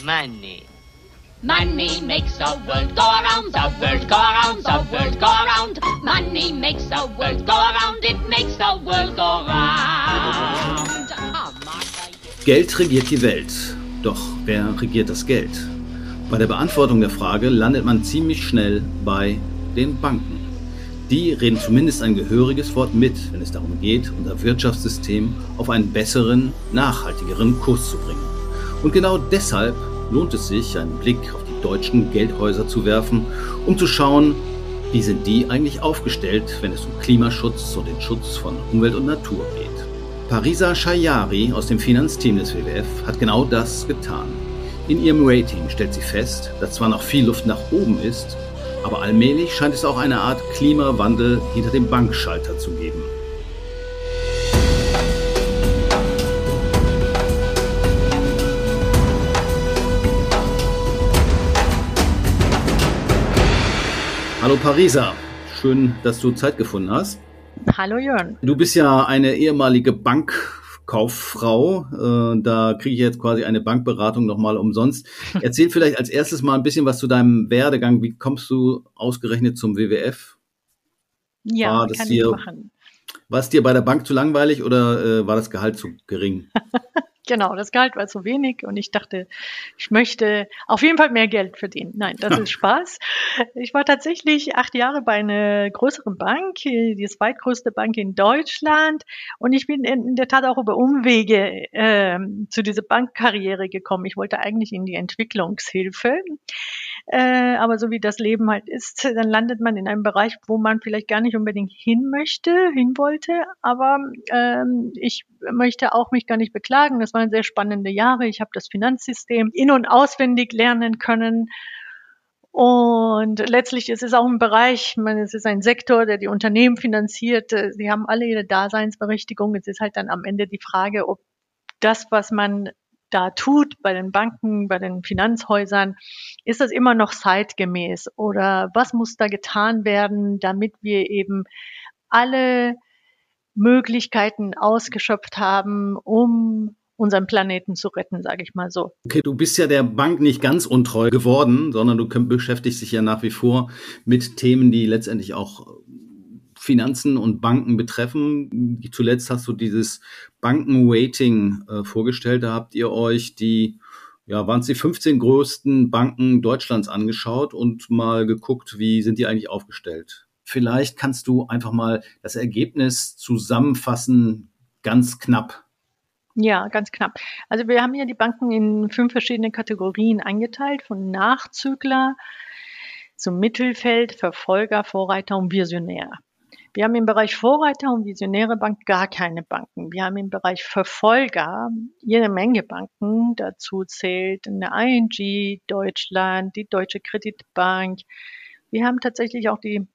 Money. Money makes the world go around, the world go around, the world go around. Money makes the world go around, it makes the world go round. Geld regiert die Welt. Doch wer regiert das Geld? Bei der Beantwortung der Frage landet man ziemlich schnell bei den Banken. Die reden zumindest ein gehöriges Wort mit, wenn es darum geht, unser Wirtschaftssystem auf einen besseren, nachhaltigeren Kurs zu bringen. Und genau deshalb lohnt es sich, einen Blick auf die deutschen Geldhäuser zu werfen, um zu schauen, wie sind die eigentlich aufgestellt, wenn es um Klimaschutz und den Schutz von Umwelt und Natur geht. Parisa Shayari aus dem Finanzteam des WWF hat genau das getan. In ihrem Rating stellt sie fest, dass zwar noch viel Luft nach oben ist, aber allmählich scheint es auch eine Art Klimawandel hinter dem Bankschalter zu geben. Hallo Parisa, schön, dass du Zeit gefunden hast. Hallo Jörn. Du bist ja eine ehemalige Bankkauffrau. Da kriege ich jetzt quasi eine Bankberatung nochmal umsonst. Erzähl vielleicht als erstes mal ein bisschen was zu deinem Werdegang. Wie kommst du ausgerechnet zum WWF? Ja, kann ich machen. War es dir bei der Bank zu langweilig oder war das Gehalt zu gering? Genau, das Gehalt war zu wenig und ich dachte, ich möchte auf jeden Fall mehr Geld verdienen. Nein, das ist Spaß. Ich war tatsächlich 8 Jahre bei einer größeren Bank, die zweitgrößte Bank in Deutschland, und ich bin in der Tat auch über Umwege zu dieser Bankkarriere gekommen. Ich wollte eigentlich in die Entwicklungshilfe, aber so wie das Leben halt ist, dann landet man in einem Bereich, wo man vielleicht gar nicht unbedingt hin wollte, aber ich möchte auch mich gar nicht beklagen. Das waren sehr spannende Jahre. Ich habe das Finanzsystem in- und auswendig lernen können. Und letztlich ist es auch ein Bereich, ich meine, es ist ein Sektor, der die Unternehmen finanziert. Sie haben alle ihre Daseinsberechtigung. Es ist halt dann am Ende die Frage, ob das, was man da tut bei den Banken, bei den Finanzhäusern, ist das immer noch zeitgemäß? Oder was muss da getan werden, damit wir eben alle Möglichkeiten ausgeschöpft haben, um unseren Planeten zu retten, sage ich mal so. Okay, du bist ja der Bank nicht ganz untreu geworden, sondern du beschäftigst dich ja nach wie vor mit Themen, die letztendlich auch Finanzen und Banken betreffen. Zuletzt hast du dieses Banken-Rating vorgestellt. Da habt ihr euch waren es die 15 größten Banken Deutschlands angeschaut und mal geguckt, wie sind die eigentlich aufgestellt. Vielleicht kannst du einfach mal das Ergebnis zusammenfassen, ganz knapp. Ja, ganz knapp. Also wir haben hier die Banken in 5 verschiedene Kategorien eingeteilt, von Nachzügler zum Mittelfeld, Verfolger, Vorreiter und Visionär. Wir haben im Bereich Vorreiter und Visionäre Bank gar keine Banken. Wir haben im Bereich Verfolger jede Menge Banken. Dazu zählt eine ING, Deutschland, die Deutsche Kreditbank. Wir haben tatsächlich auch die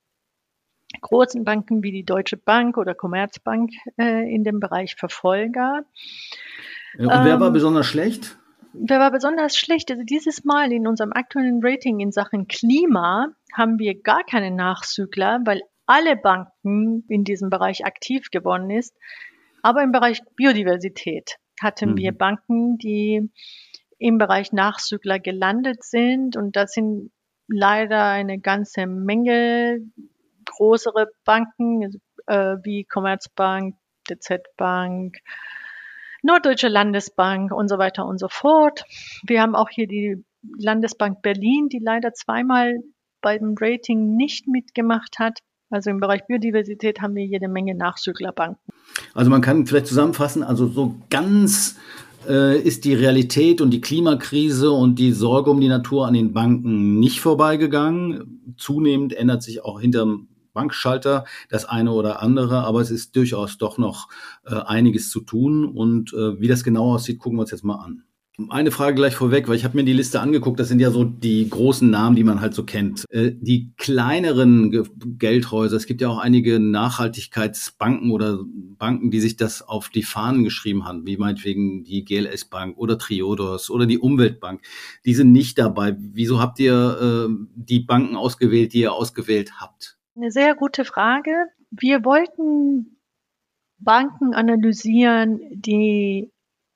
großen Banken wie die Deutsche Bank oder Commerzbank in dem Bereich Verfolger. Und wer war besonders schlecht? Wer war besonders schlecht? Also dieses Mal in unserem aktuellen Rating in Sachen Klima haben wir gar keine Nachzügler, weil alle Banken in diesem Bereich aktiv geworden ist. Aber im Bereich Biodiversität hatten wir Banken, die im Bereich Nachzügler gelandet sind. Und das sind leider eine ganze Menge größere Banken wie Commerzbank, DZ Bank, Norddeutsche Landesbank und so weiter und so fort. Wir haben auch hier die Landesbank Berlin, die leider zweimal beim Rating nicht mitgemacht hat. Also im Bereich Biodiversität haben wir jede Menge Nachzüglerbanken. Also man kann vielleicht zusammenfassen, also so ganz ist die Realität und die Klimakrise und die Sorge um die Natur an den Banken nicht vorbeigegangen. Zunehmend ändert sich auch hinterm Bankschalter das eine oder andere, aber es ist durchaus doch noch einiges zu tun. Und wie das genau aussieht, gucken wir uns jetzt mal an. Eine Frage gleich vorweg, weil ich habe mir die Liste angeguckt, das sind ja so die großen Namen, die man halt so kennt. Die kleineren Geldhäuser, es gibt ja auch einige Nachhaltigkeitsbanken oder Banken, die sich das auf die Fahnen geschrieben haben, wie meinetwegen die GLS Bank oder Triodos oder die Umweltbank. Die sind nicht dabei. Wieso habt ihr die Banken ausgewählt, die ihr ausgewählt habt? Eine sehr gute Frage. Wir wollten Banken analysieren, die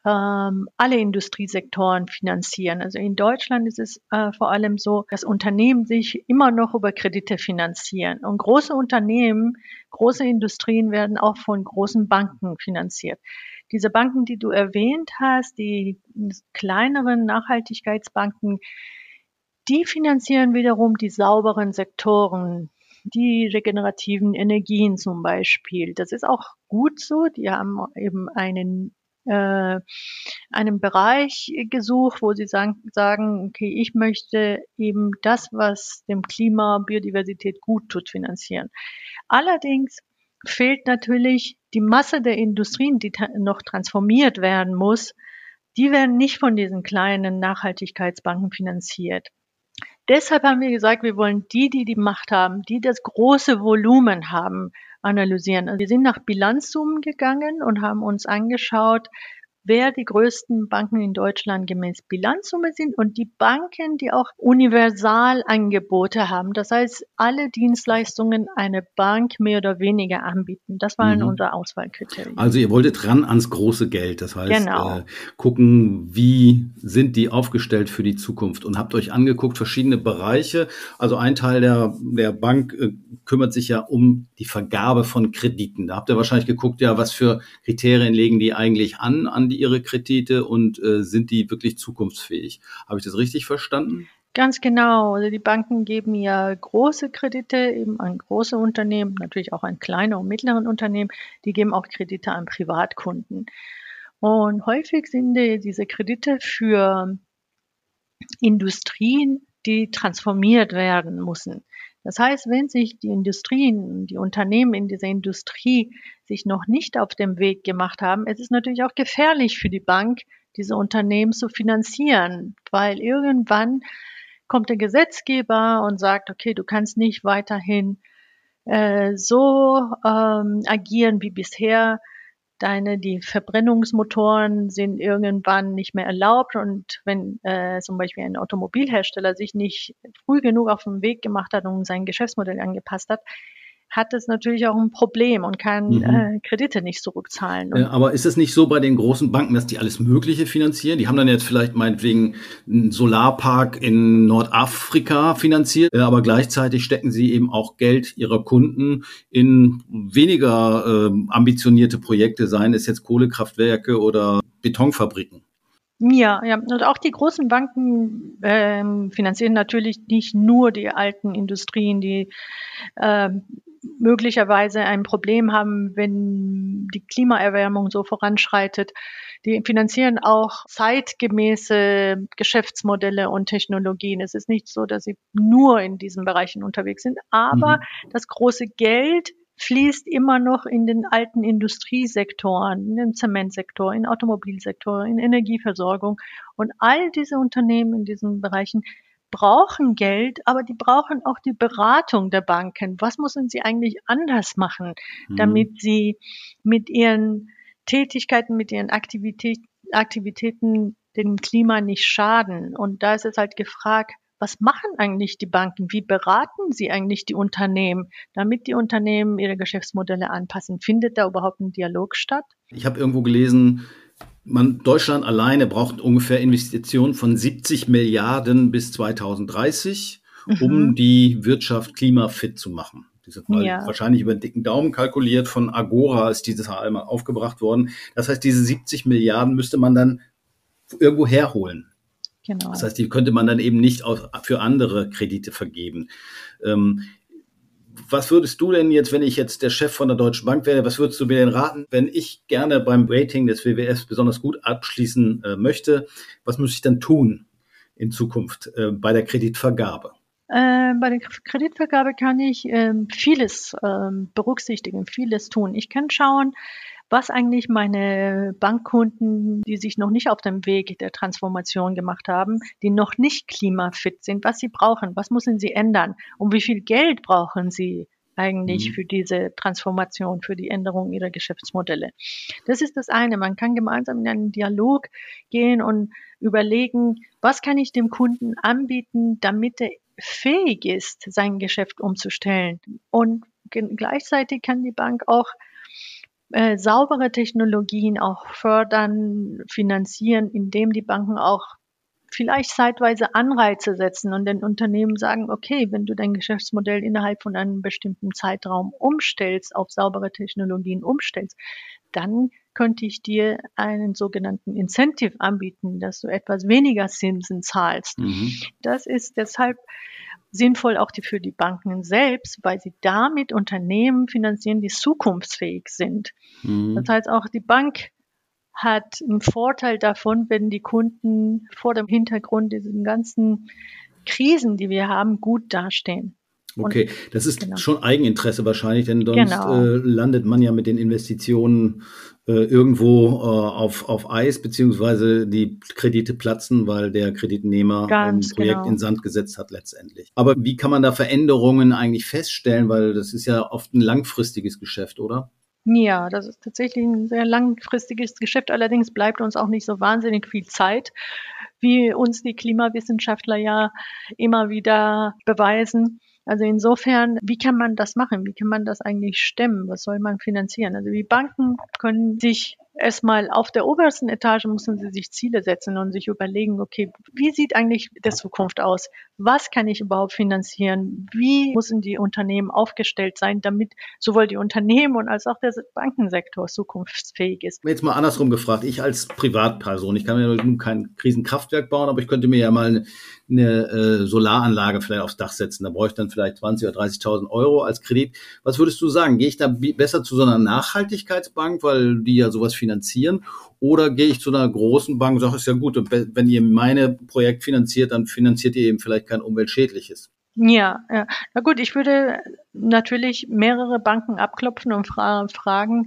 alle Industriesektoren finanzieren. Also in Deutschland ist es vor allem so, dass Unternehmen sich immer noch über Kredite finanzieren. Und große Unternehmen, große Industrien werden auch von großen Banken finanziert. Diese Banken, die du erwähnt hast, die kleineren Nachhaltigkeitsbanken, die finanzieren wiederum die sauberen Sektoren, die regenerativen Energien zum Beispiel. Das ist auch gut so. Die haben eben einen Bereich gesucht, wo sie sagen, okay, ich möchte eben das, was dem Klima, Biodiversität gut tut, finanzieren. Allerdings fehlt natürlich die Masse der Industrien, die noch transformiert werden muss. Die werden nicht von diesen kleinen Nachhaltigkeitsbanken finanziert. Deshalb haben wir gesagt, wir wollen die Macht haben, die das große Volumen haben, analysieren. Also wir sind nach Bilanzsummen gegangen und haben uns angeschaut, wer die größten Banken in Deutschland gemäß Bilanzsumme sind und die Banken, die auch Universalangebote haben. Das heißt, alle Dienstleistungen eine Bank mehr oder weniger anbieten. Das waren unsere Auswahlkriterien. Also ihr wolltet ran ans große Geld. Das heißt, Genau. gucken, wie sind die aufgestellt für die Zukunft und habt euch angeguckt, verschiedene Bereiche. Also ein Teil der Bank kümmert sich ja um die Vergabe von Krediten. Da habt ihr wahrscheinlich geguckt, ja, was für Kriterien legen die eigentlich an ihre Kredite und sind die wirklich zukunftsfähig? Habe ich das richtig verstanden? Ganz genau. Also die Banken geben ja große Kredite eben an große Unternehmen, natürlich auch an kleine und mittleren Unternehmen. Die geben auch Kredite an Privatkunden. Und häufig sind diese Kredite für Industrien, die transformiert werden müssen. Das heißt, wenn sich die Industrien, die Unternehmen in dieser Industrie sich noch nicht auf dem Weg gemacht haben, es ist natürlich auch gefährlich für die Bank, diese Unternehmen zu finanzieren, weil irgendwann kommt der Gesetzgeber und sagt, okay, du kannst nicht weiterhin so agieren wie bisher. Die Verbrennungsmotoren sind irgendwann nicht mehr erlaubt und wenn zum Beispiel ein Automobilhersteller sich nicht früh genug auf den Weg gemacht hat und sein Geschäftsmodell angepasst hat es natürlich auch ein Problem und kann Kredite nicht zurückzahlen. Aber ist es nicht so bei den großen Banken, dass die alles Mögliche finanzieren? Die haben dann jetzt vielleicht meinetwegen einen Solarpark in Nordafrika finanziert, aber gleichzeitig stecken sie eben auch Geld ihrer Kunden in weniger ambitionierte Projekte, seien es jetzt Kohlekraftwerke oder Betonfabriken. Ja, und auch die großen Banken finanzieren natürlich nicht nur die alten Industrien, die möglicherweise ein Problem haben, wenn die Klimaerwärmung so voranschreitet. Die finanzieren auch zeitgemäße Geschäftsmodelle und Technologien. Es ist nicht so, dass sie nur in diesen Bereichen unterwegs sind, aber das große Geld fließt immer noch in den alten Industriesektoren, in den Zementsektor, in den Automobilsektor, in Energieversorgung. Und all diese Unternehmen in diesen Bereichen brauchen Geld, aber die brauchen auch die Beratung der Banken. Was müssen sie eigentlich anders machen, damit sie mit ihren Tätigkeiten, mit ihren Aktivitäten dem Klima nicht schaden? Und da ist es halt gefragt, was machen eigentlich die Banken? Wie beraten sie eigentlich die Unternehmen, damit die Unternehmen ihre Geschäftsmodelle anpassen? Findet da überhaupt ein Dialog statt? Ich habe irgendwo gelesen, Deutschland alleine braucht ungefähr Investitionen von 70 Milliarden bis 2030, um die Wirtschaft klimafit zu machen. Das ist wahrscheinlich über den dicken Daumen kalkuliert. Von Agora ist diese Zahl mal aufgebracht worden. Das heißt, diese 70 Milliarden müsste man dann irgendwo herholen. Genau. Das heißt, die könnte man dann eben nicht für andere Kredite vergeben. Was würdest du denn jetzt, wenn ich jetzt der Chef von der Deutschen Bank wäre, was würdest du mir denn raten, wenn ich gerne beim Rating des WWF besonders gut abschließen möchte? Was muss ich dann tun in Zukunft bei der Kreditvergabe? Bei der Kreditvergabe kann ich vieles berücksichtigen, vieles tun. Ich kann schauen, was eigentlich meine Bankkunden, die sich noch nicht auf dem Weg der Transformation gemacht haben, die noch nicht klimafit sind, was sie brauchen, was müssen sie ändern und wie viel Geld brauchen sie eigentlich für diese Transformation, für die Änderung ihrer Geschäftsmodelle. Das ist das eine. Man kann gemeinsam in einen Dialog gehen und überlegen, was kann ich dem Kunden anbieten, damit er fähig ist, sein Geschäft umzustellen. Und gleichzeitig kann die Bank auch saubere Technologien auch fördern, finanzieren, indem die Banken auch vielleicht zeitweise Anreize setzen und den Unternehmen sagen, okay, wenn du dein Geschäftsmodell innerhalb von einem bestimmten Zeitraum umstellst, auf saubere Technologien umstellst, dann könnte ich dir einen sogenannten Incentive anbieten, dass du etwas weniger Zinsen zahlst. Das ist deshalb sinnvoll auch für die Banken selbst, weil sie damit Unternehmen finanzieren, die zukunftsfähig sind. Das heißt, auch die Bank hat einen Vorteil davon, wenn die Kunden vor dem Hintergrund dieser ganzen Krisen, die wir haben, gut dastehen. Okay, das ist schon Eigeninteresse wahrscheinlich, denn sonst landet man ja mit den Investitionen irgendwo auf Eis, beziehungsweise die Kredite platzen, weil der Kreditnehmer ein Projekt in Sand gesetzt hat letztendlich. Aber wie kann man da Veränderungen eigentlich feststellen, weil das ist ja oft ein langfristiges Geschäft, oder? Ja, das ist tatsächlich ein sehr langfristiges Geschäft. Allerdings bleibt uns auch nicht so wahnsinnig viel Zeit, wie uns die Klimawissenschaftler ja immer wieder beweisen. Also insofern, wie kann man das machen? Wie kann man das eigentlich stemmen? Was soll man finanzieren? Also die Banken können sich erstmal auf der obersten Etage müssen sie sich Ziele setzen und sich überlegen, okay, wie sieht eigentlich die Zukunft aus? Was kann ich überhaupt finanzieren? Wie müssen die Unternehmen aufgestellt sein, damit sowohl die Unternehmen und als auch der Bankensektor zukunftsfähig ist? Jetzt mal andersrum gefragt. Ich als Privatperson, ich kann mir nun kein Riesenkraftwerk bauen, aber ich könnte mir ja mal eine Solaranlage vielleicht aufs Dach setzen. Da brauche ich dann vielleicht 20.000 oder 30.000 Euro als Kredit. Was würdest du sagen? Gehe ich da besser zu so einer Nachhaltigkeitsbank, weil die ja sowas finanzieren? Oder gehe ich zu einer großen Bank und sage, ist ja gut, wenn ihr mein Projekt finanziert, dann finanziert ihr eben vielleicht kein umweltschädliches. Ja. Na gut, ich würde natürlich mehrere Banken abklopfen und fragen,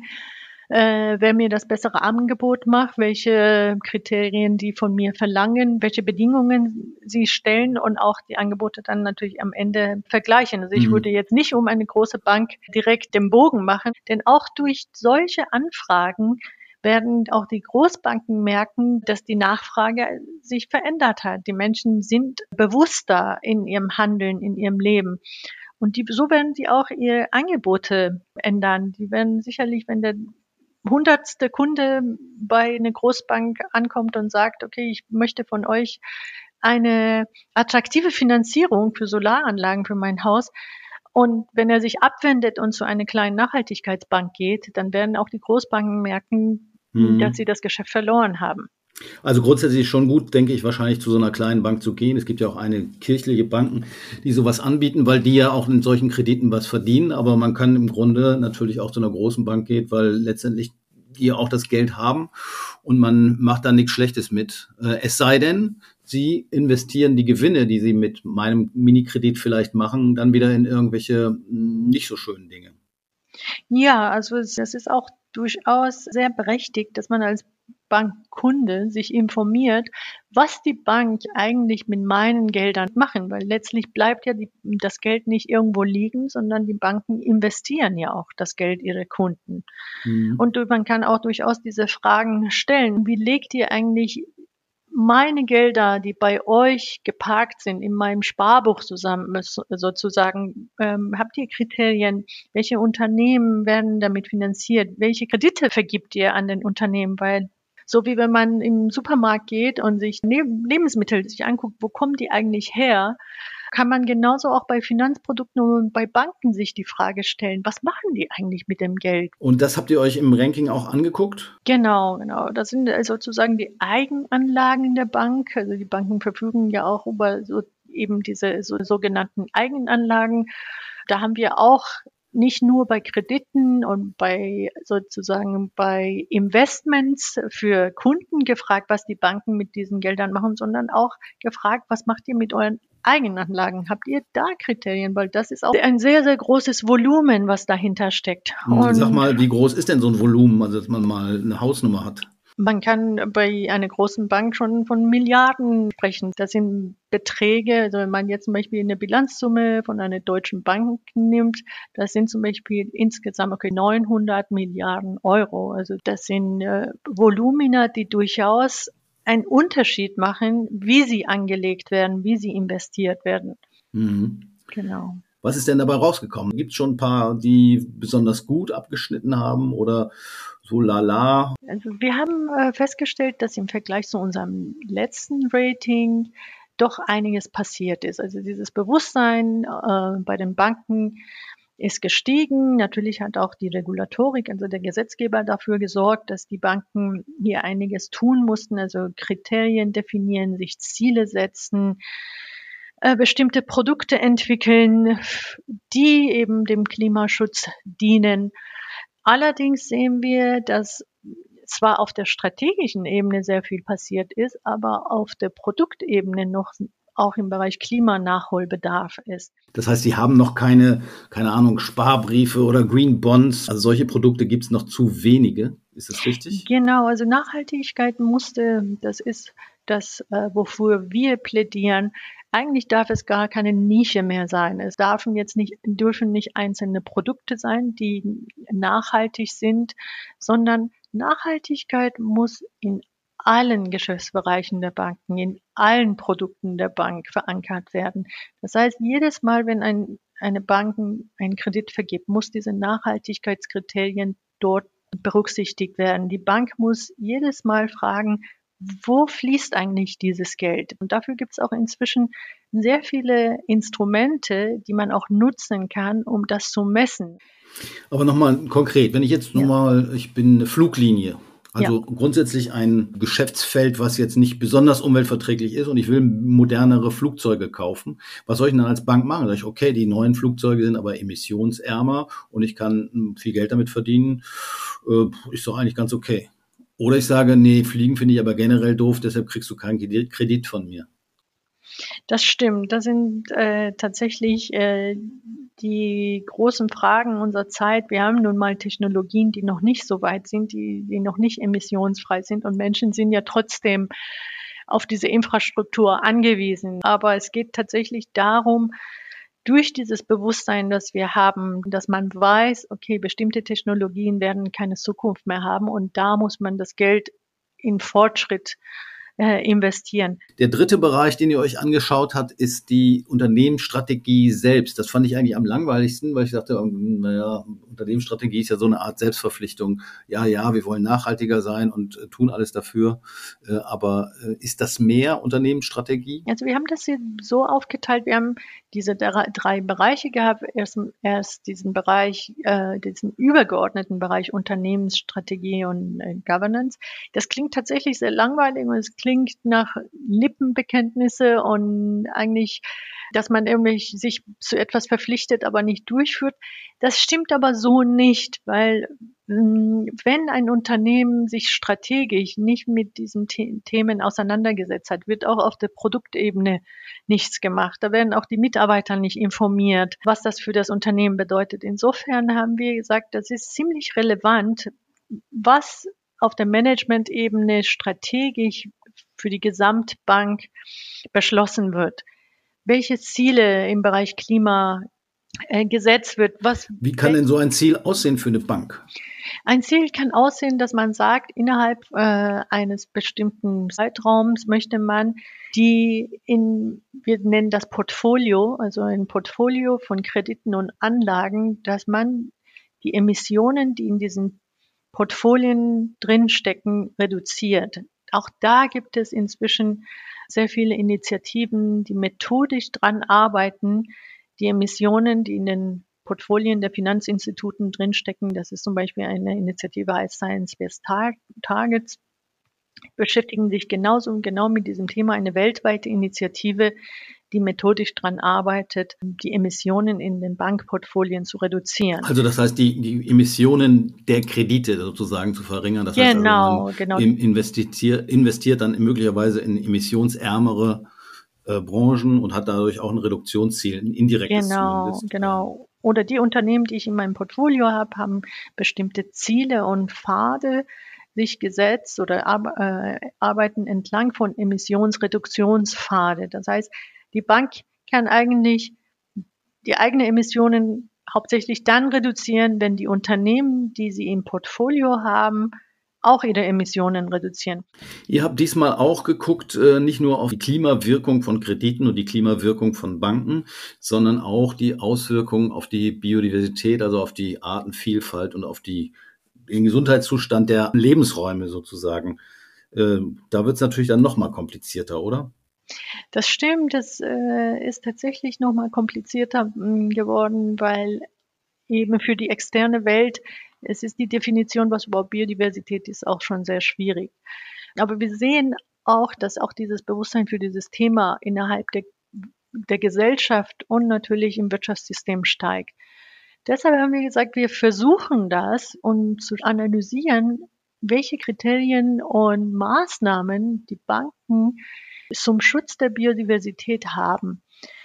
wer mir das bessere Angebot macht, welche Kriterien die von mir verlangen, welche Bedingungen sie stellen und auch die Angebote dann natürlich am Ende vergleichen. Also ich würde jetzt nicht um eine große Bank direkt den Bogen machen, denn auch durch solche Anfragen werden auch die Großbanken merken, dass die Nachfrage sich verändert hat. Die Menschen sind bewusster in ihrem Handeln, in ihrem Leben. Und so werden die auch ihre Angebote ändern. Die werden sicherlich, wenn der 100. Kunde bei einer Großbank ankommt und sagt, okay, ich möchte von euch eine attraktive Finanzierung für Solaranlagen für mein Haus. Und wenn er sich abwendet und zu einer kleinen Nachhaltigkeitsbank geht, dann werden auch die Großbanken merken, dass sie das Geschäft verloren haben. Also grundsätzlich schon gut, denke ich, wahrscheinlich zu so einer kleinen Bank zu gehen. Es gibt ja auch kirchliche Banken, die sowas anbieten, weil die ja auch in solchen Krediten was verdienen. Aber man kann im Grunde natürlich auch zu einer großen Bank gehen, weil letztendlich die auch das Geld haben und man macht da nichts Schlechtes mit. Es sei denn, sie investieren die Gewinne, die sie mit meinem Minikredit vielleicht machen, dann wieder in irgendwelche nicht so schönen Dinge. Ja, also das ist auch durchaus sehr berechtigt, dass man als Bankkunde sich informiert, was die Bank eigentlich mit meinen Geldern machen, weil letztlich bleibt ja das Geld nicht irgendwo liegen, sondern die Banken investieren ja auch das Geld ihrer Kunden. Und man kann auch durchaus diese Fragen stellen. Wie legt ihr eigentlich meine Gelder, die bei euch geparkt sind, in meinem Sparbuch zusammen, sozusagen, habt ihr Kriterien? Welche Unternehmen werden damit finanziert? Welche Kredite vergibt ihr an den Unternehmen? Weil so wie wenn man im Supermarkt geht und sich Lebensmittel sich anguckt, wo kommen die eigentlich her, kann man genauso auch bei Finanzprodukten und bei Banken sich die Frage stellen, was machen die eigentlich mit dem Geld? Und das habt ihr euch im Ranking auch angeguckt? Genau. Das sind sozusagen die Eigenanlagen der Bank. Also die Banken verfügen ja auch über eben diese sogenannten Eigenanlagen. Da haben wir auch nicht nur bei Krediten und bei Investments für Kunden gefragt, was die Banken mit diesen Geldern machen, sondern auch gefragt, was macht ihr mit euren Eigenanlagen? Habt ihr da Kriterien? Weil das ist auch ein sehr, sehr großes Volumen, was dahinter steckt. Und sag mal, wie groß ist denn so ein Volumen, also dass man mal eine Hausnummer hat? Man kann bei einer großen Bank schon von Milliarden sprechen. Das sind Beträge, also wenn man jetzt zum Beispiel eine Bilanzsumme von einer deutschen Bank nimmt, das sind zum Beispiel insgesamt 900 Milliarden Euro. Also das sind Volumina, die durchaus einen Unterschied machen, wie sie angelegt werden, wie sie investiert werden. Mhm. Genau. Was ist denn dabei rausgekommen? Gibt es schon ein paar, die besonders gut abgeschnitten haben oder so lala? Also wir haben festgestellt, dass im Vergleich zu unserem letzten Rating doch einiges passiert ist. Also dieses Bewusstsein bei den Banken ist gestiegen. Natürlich hat auch die Regulatorik, also der Gesetzgeber, dafür gesorgt, dass die Banken hier einiges tun mussten, also Kriterien definieren, sich Ziele setzen, bestimmte Produkte entwickeln, die eben dem Klimaschutz dienen. Allerdings sehen wir, dass zwar auf der strategischen Ebene sehr viel passiert ist, aber auf der Produktebene noch auch im Bereich Klimanachholbedarf ist. Das heißt, Sie haben noch keine Ahnung, Sparbriefe oder Green Bonds. Also solche Produkte gibt es noch zu wenige. Ist das richtig? Genau, also Nachhaltigkeit das ist das, wofür wir plädieren. Eigentlich darf es gar keine Nische mehr sein. Es dürfen nicht einzelne Produkte sein, die nachhaltig sind, sondern Nachhaltigkeit muss in allen Geschäftsbereichen der Banken, in allen Produkten der Bank verankert werden. Das heißt, jedes Mal, wenn eine Bank einen Kredit vergibt, muss diese Nachhaltigkeitskriterien dort berücksichtigt werden. Die Bank muss jedes Mal fragen, wo fließt eigentlich dieses Geld? Und dafür gibt es auch inzwischen sehr viele Instrumente, die man auch nutzen kann, um das zu messen. Aber nochmal konkret, wenn ich jetzt ich bin eine Fluglinie, also grundsätzlich ein Geschäftsfeld, was jetzt nicht besonders umweltverträglich ist und ich will modernere Flugzeuge kaufen. Was soll ich denn dann als Bank machen? Sag ich, okay, die neuen Flugzeuge sind aber emissionsärmer und ich kann viel Geld damit verdienen. Ist doch eigentlich ganz okay. Oder ich sage, nee, Fliegen finde ich aber generell doof, deshalb kriegst du keinen Kredit von mir. Das stimmt. Das sind tatsächlich die großen Fragen unserer Zeit. Wir haben nun mal Technologien, die noch nicht so weit sind, die noch nicht emissionsfrei sind. Und Menschen sind ja trotzdem auf diese Infrastruktur angewiesen. Aber es geht tatsächlich darum, durch dieses Bewusstsein, das wir haben, dass man weiß, okay, bestimmte Technologien werden keine Zukunft mehr haben und da muss man das Geld in Fortschritt investieren. Der dritte Bereich, den ihr euch angeschaut habt, ist die Unternehmensstrategie selbst. Das fand ich eigentlich am langweiligsten, weil ich dachte, naja, Unternehmensstrategie ist ja so eine Art Selbstverpflichtung. Ja, wir wollen nachhaltiger sein und tun alles dafür. Aber ist das mehr Unternehmensstrategie? Also wir haben das hier so aufgeteilt, wir haben diese drei Bereiche gehabt. Erst diesen Bereich, diesen übergeordneten Bereich Unternehmensstrategie und Governance. Das klingt tatsächlich sehr langweilig und es klingt nach Lippenbekenntnisse und eigentlich, dass man irgendwie sich zu etwas verpflichtet, aber nicht durchführt. Das stimmt aber so nicht, weil wenn ein Unternehmen sich strategisch nicht mit diesen Themen auseinandergesetzt hat, wird auch auf der Produktebene nichts gemacht. Da werden auch die Mitarbeiter nicht informiert, was das für das Unternehmen bedeutet. Insofern haben wir gesagt, das ist ziemlich relevant, was auf der Management-Ebene strategisch für die Gesamtbank beschlossen wird. Welche Ziele im Bereich Klima gesetzt wird. Wie kann denn so ein Ziel aussehen für eine Bank? Ein Ziel kann aussehen, dass man sagt, innerhalb eines bestimmten Zeitraums möchte man wir nennen das Portfolio, also ein Portfolio von Krediten und Anlagen, dass man die Emissionen, die in diesen Portfolien drinstecken, reduziert. Auch da gibt es inzwischen sehr viele Initiativen, die methodisch dran arbeiten, die Emissionen, die in den Portfolien der Finanzinstituten drinstecken, das ist zum Beispiel eine Initiative als Science-Based Targets, beschäftigen sich genau mit diesem Thema, eine weltweite Initiative, die methodisch dran arbeitet, die Emissionen in den Bankportfolien zu reduzieren. Also das heißt, die Emissionen der Kredite sozusagen zu verringern. Das heißt, man investiert dann möglicherweise in emissionsärmere Branchen und hat dadurch auch ein Reduktionsziel, ein indirektes Ziel. Genau. Oder die Unternehmen, die ich in meinem Portfolio habe, haben bestimmte Ziele und Pfade sich gesetzt oder arbeiten entlang von Emissionsreduktionspfade. Das heißt, die Bank kann eigentlich die eigenen Emissionen hauptsächlich dann reduzieren, wenn die Unternehmen, die sie im Portfolio haben, auch ihre Emissionen reduzieren. Ihr habt diesmal auch geguckt, nicht nur auf die Klimawirkung von Krediten und die Klimawirkung von Banken, sondern auch die Auswirkungen auf die Biodiversität, also auf die Artenvielfalt und auf den Gesundheitszustand der Lebensräume sozusagen. Da wird es natürlich dann noch mal komplizierter, oder? Das stimmt, das ist tatsächlich noch mal komplizierter geworden, weil eben für die externe Welt, es ist die Definition, was überhaupt Biodiversität ist, auch schon sehr schwierig. Aber wir sehen auch, dass auch dieses Bewusstsein für dieses Thema innerhalb der Gesellschaft und natürlich im Wirtschaftssystem steigt. Deshalb haben wir gesagt, wir versuchen das, um zu analysieren, welche Kriterien und Maßnahmen die Banken zum Schutz der Biodiversität haben.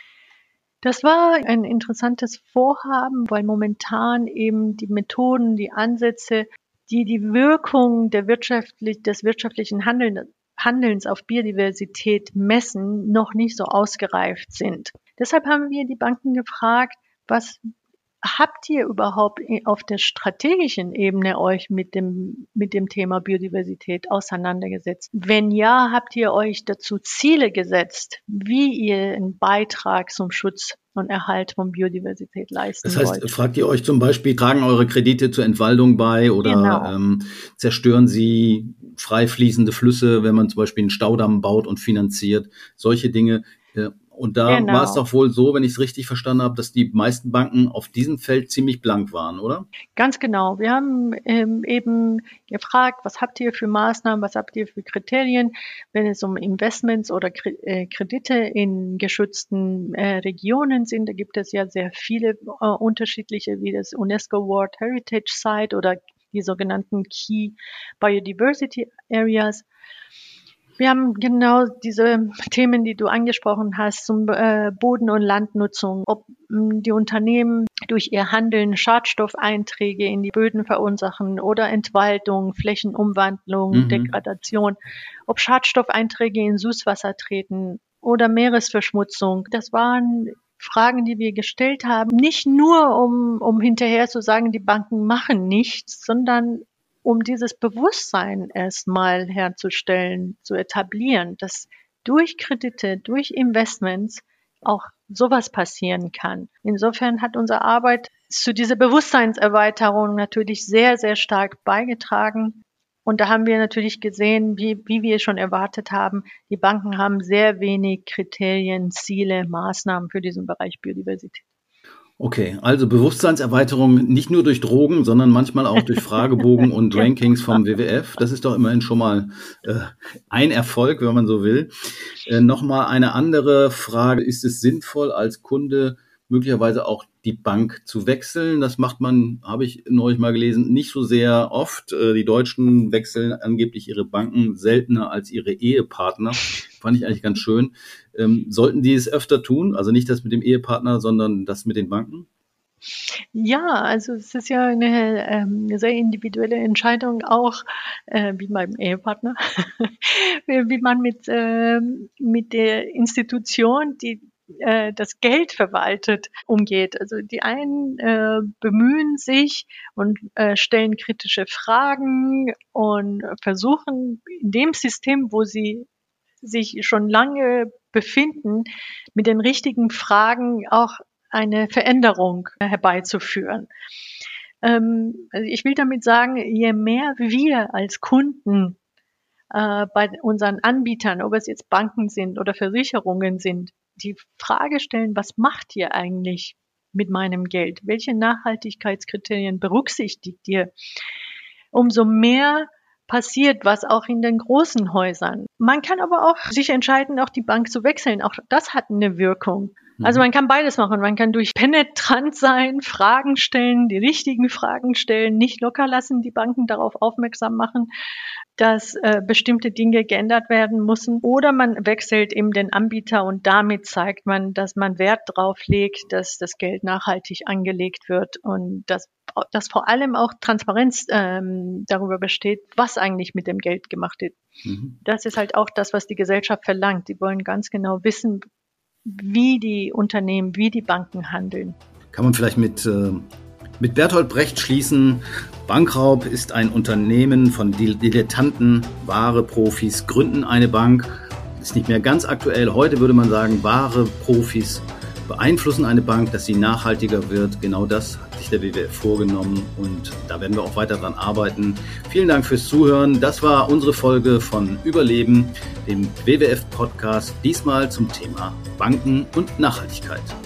Das war ein interessantes Vorhaben, weil momentan eben die Methoden, die Ansätze, die die Wirkung des wirtschaftlichen Handelns auf Biodiversität messen, noch nicht so ausgereift sind. Deshalb haben wir die Banken gefragt, was habt ihr überhaupt auf der strategischen Ebene euch mit dem Thema Biodiversität auseinandergesetzt? Wenn ja, habt ihr euch dazu Ziele gesetzt, wie ihr einen Beitrag zum Schutz und Erhalt von Biodiversität leisten wollt? Das heißt, fragt ihr euch zum Beispiel, tragen eure Kredite zur Entwaldung bei oder zerstören sie frei fließende Flüsse, wenn man zum Beispiel einen Staudamm baut und finanziert? Solche Dinge. Und da war es doch wohl so, wenn ich es richtig verstanden habe, dass die meisten Banken auf diesem Feld ziemlich blank waren, oder? Ganz genau. Wir haben eben gefragt, was habt ihr für Maßnahmen, was habt ihr für Kriterien, wenn es um Investments oder Kredite in geschützten Regionen sind. Da gibt es ja sehr viele unterschiedliche, wie das UNESCO World Heritage Site oder die sogenannten Key Biodiversity Areas. Wir haben genau diese Themen, die du angesprochen hast, zum Boden- und Landnutzung, ob die Unternehmen durch ihr Handeln Schadstoffeinträge in die Böden verursachen oder Entwaldung, Flächenumwandlung, Degradation, ob Schadstoffeinträge in Süßwasser treten oder Meeresverschmutzung. Das waren Fragen, die wir gestellt haben, nicht nur um hinterher zu sagen, die Banken machen nichts, sondern um dieses Bewusstsein erstmal herzustellen, zu etablieren, dass durch Kredite, durch Investments auch sowas passieren kann. Insofern hat unsere Arbeit zu dieser Bewusstseinserweiterung natürlich sehr, sehr stark beigetragen. Und da haben wir natürlich gesehen, wie wir schon erwartet haben, die Banken haben sehr wenig Kriterien, Ziele, Maßnahmen für diesen Bereich Biodiversität. Okay, also Bewusstseinserweiterung nicht nur durch Drogen, sondern manchmal auch durch Fragebogen und Rankings vom WWF. Das ist doch immerhin schon mal ein Erfolg, wenn man so will. Nochmal eine andere Frage. Ist es sinnvoll, als Kunde möglicherweise auch die Bank zu wechseln? Das macht man, habe ich neulich mal gelesen, nicht so sehr oft. Die Deutschen wechseln angeblich ihre Banken seltener als ihre Ehepartner. Fand ich eigentlich ganz schön. Sollten die es öfter tun? Also nicht das mit dem Ehepartner, sondern das mit den Banken? Ja, also es ist ja eine sehr individuelle Entscheidung auch, wie beim Ehepartner, wie man mit der Institution, die das Geld verwaltet, umgeht. Also die einen bemühen sich und stellen kritische Fragen und versuchen in dem System, wo sie sich schon lange befinden, mit den richtigen Fragen auch eine Veränderung herbeizuführen. Also ich will damit sagen, je mehr wir als Kunden bei unseren Anbietern, ob es jetzt Banken sind oder Versicherungen sind, die Frage stellen, was macht ihr eigentlich mit meinem Geld? Welche Nachhaltigkeitskriterien berücksichtigt ihr? Umso mehr passiert was auch in den großen Häusern. Man kann aber auch sich entscheiden, auch die Bank zu wechseln. Auch das hat eine Wirkung. Also man kann beides machen. Man kann durch penetrant sein, Fragen stellen, die richtigen Fragen stellen, nicht locker lassen, die Banken darauf aufmerksam machen, dass bestimmte Dinge geändert werden müssen. Oder man wechselt eben den Anbieter und damit zeigt man, dass man Wert drauf legt, dass das Geld nachhaltig angelegt wird und dass vor allem auch Transparenz darüber besteht, was eigentlich mit dem Geld gemacht wird. Das ist halt auch das, was die Gesellschaft verlangt. Die wollen ganz genau wissen, wie die Unternehmen, wie die Banken handeln. Kann man vielleicht mit Mit Bertolt Brecht schließen: Bankraub ist ein Unternehmen von Dilettanten, wahre Profis gründen eine Bank. Ist nicht mehr ganz aktuell. Heute würde man sagen, wahre Profis beeinflussen eine Bank, dass sie nachhaltiger wird. Genau das hat sich der WWF vorgenommen und da werden wir auch weiter dran arbeiten. Vielen Dank fürs Zuhören. Das war unsere Folge von Überleben, dem WWF-Podcast, diesmal zum Thema Banken und Nachhaltigkeit.